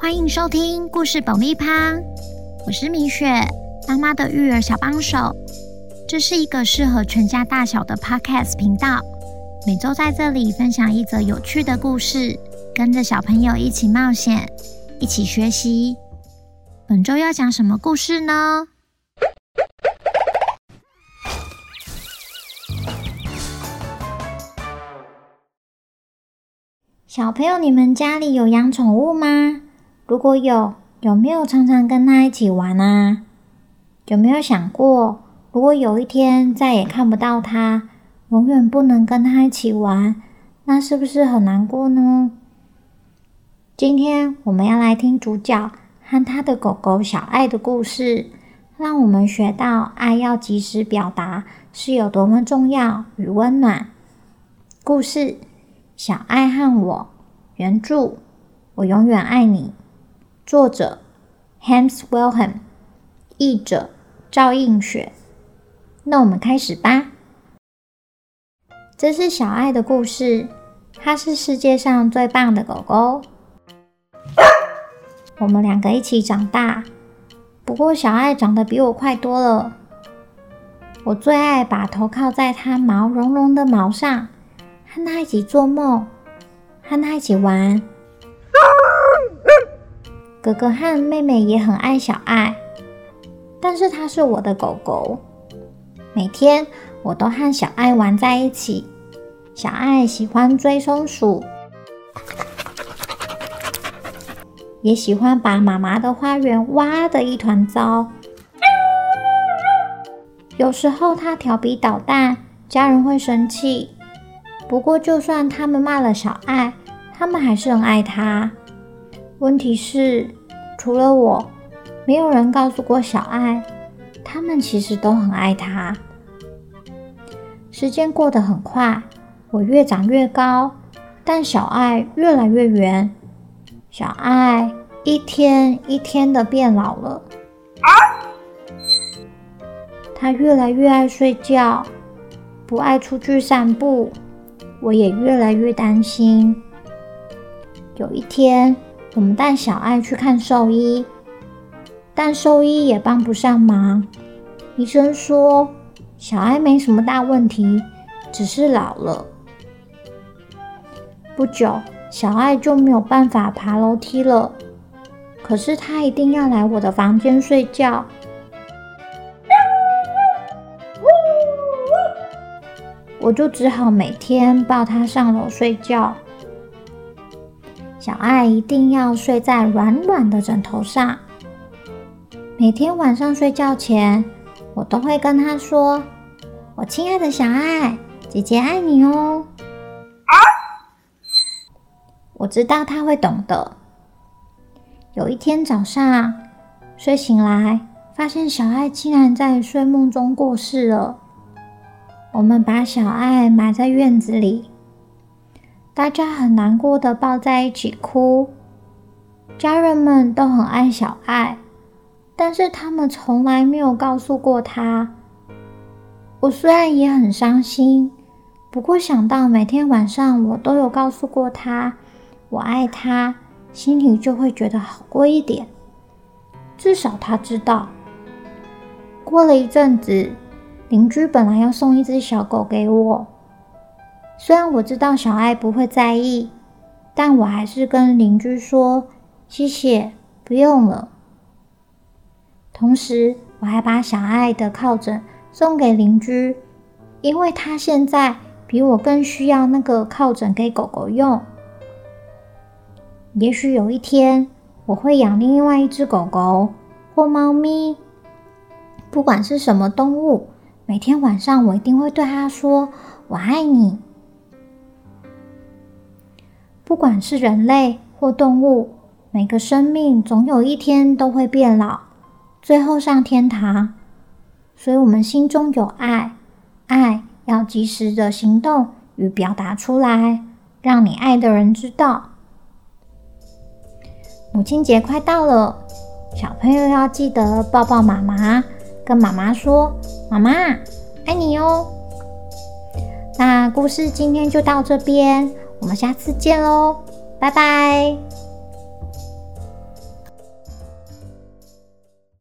欢迎收听故事爆米花，我是米雪，妈妈的育儿小帮手。这是一个适合全家大小的 Podcast 频道，每周在这里分享一则有趣的故事，跟着小朋友一起冒险，一起学习。本周要讲什么故事呢？小朋友，你们家里有养宠物吗？如果有没有常常跟它一起玩啊？有没有想过，如果有一天再也看不到它，永远不能跟它一起玩，那是不是很难过呢？今天我们要来听主角和他的狗狗小爱的故事，让我们学到爱要及时表达是有多么重要与温暖。故事：小爱和我，原著：我永远爱你，作者 Hans Wilhelm， 译者赵映雪。那我们开始吧。这是小爱的故事，它是世界上最棒的狗狗。我们两个一起长大，不过小爱长得比我快多了。我最爱把头靠在它毛茸茸的毛上，和它一起做梦，和它一起玩。哥哥和妹妹也很爱小爱，但是它是我的狗狗。每天我都和小爱玩在一起。小爱喜欢追松鼠，也喜欢把妈妈的花园挖得一团糟。有时候它调皮捣蛋，家人会生气。不过就算他们骂了小爱，他们还是很爱它。问题是，除了我，没有人告诉过小爱，他们其实都很爱它。时间过得很快，我越长越高，但小爱越来越圆。小爱一天一天的变老了。她越来越爱睡觉，不爱出去散步。我也越来越担心。有一天，我们带小爱去看兽医，但兽医也帮不上忙。医生说，小爱没什么大问题，只是老了。不久，小爱就没有办法爬楼梯了，可是她一定要来我的房间睡觉。我就只好每天抱她上楼睡觉。小爱一定要睡在软软的枕头上。每天晚上睡觉前，我都会跟她说：“我亲爱的小爱，姐姐爱你哦。”我知道她会懂的。有一天早上，睡醒来，发现小爱竟然在睡梦中过世了。我们把小爱埋在院子里，大家很难过的抱在一起哭。家人们都很爱小爱，但是他们从来没有告诉过她。我虽然也很伤心，不过想到每天晚上我都有告诉过她我爱她，心里就会觉得好过一点。至少她知道。过了一阵子，邻居本来要送一只小狗给我，虽然我知道小爱不会在意，但我还是跟邻居说谢谢，不用了。同时，我还把小爱的靠枕送给邻居，因为他现在比我更需要那个靠枕给狗狗用。也许有一天，我会养另外一只狗狗或猫咪，不管是什么动物，每天晚上我一定会对它说我爱你。不管是人类或动物，每个生命总有一天都会变老，最后上天堂。所以我们心中有爱，爱要及时的行动与表达出来，让你爱的人知道。母亲节快到了，小朋友要记得抱抱妈妈，跟妈妈说妈妈爱你哦。那故事今天就到这边，我们下次见喽，拜拜。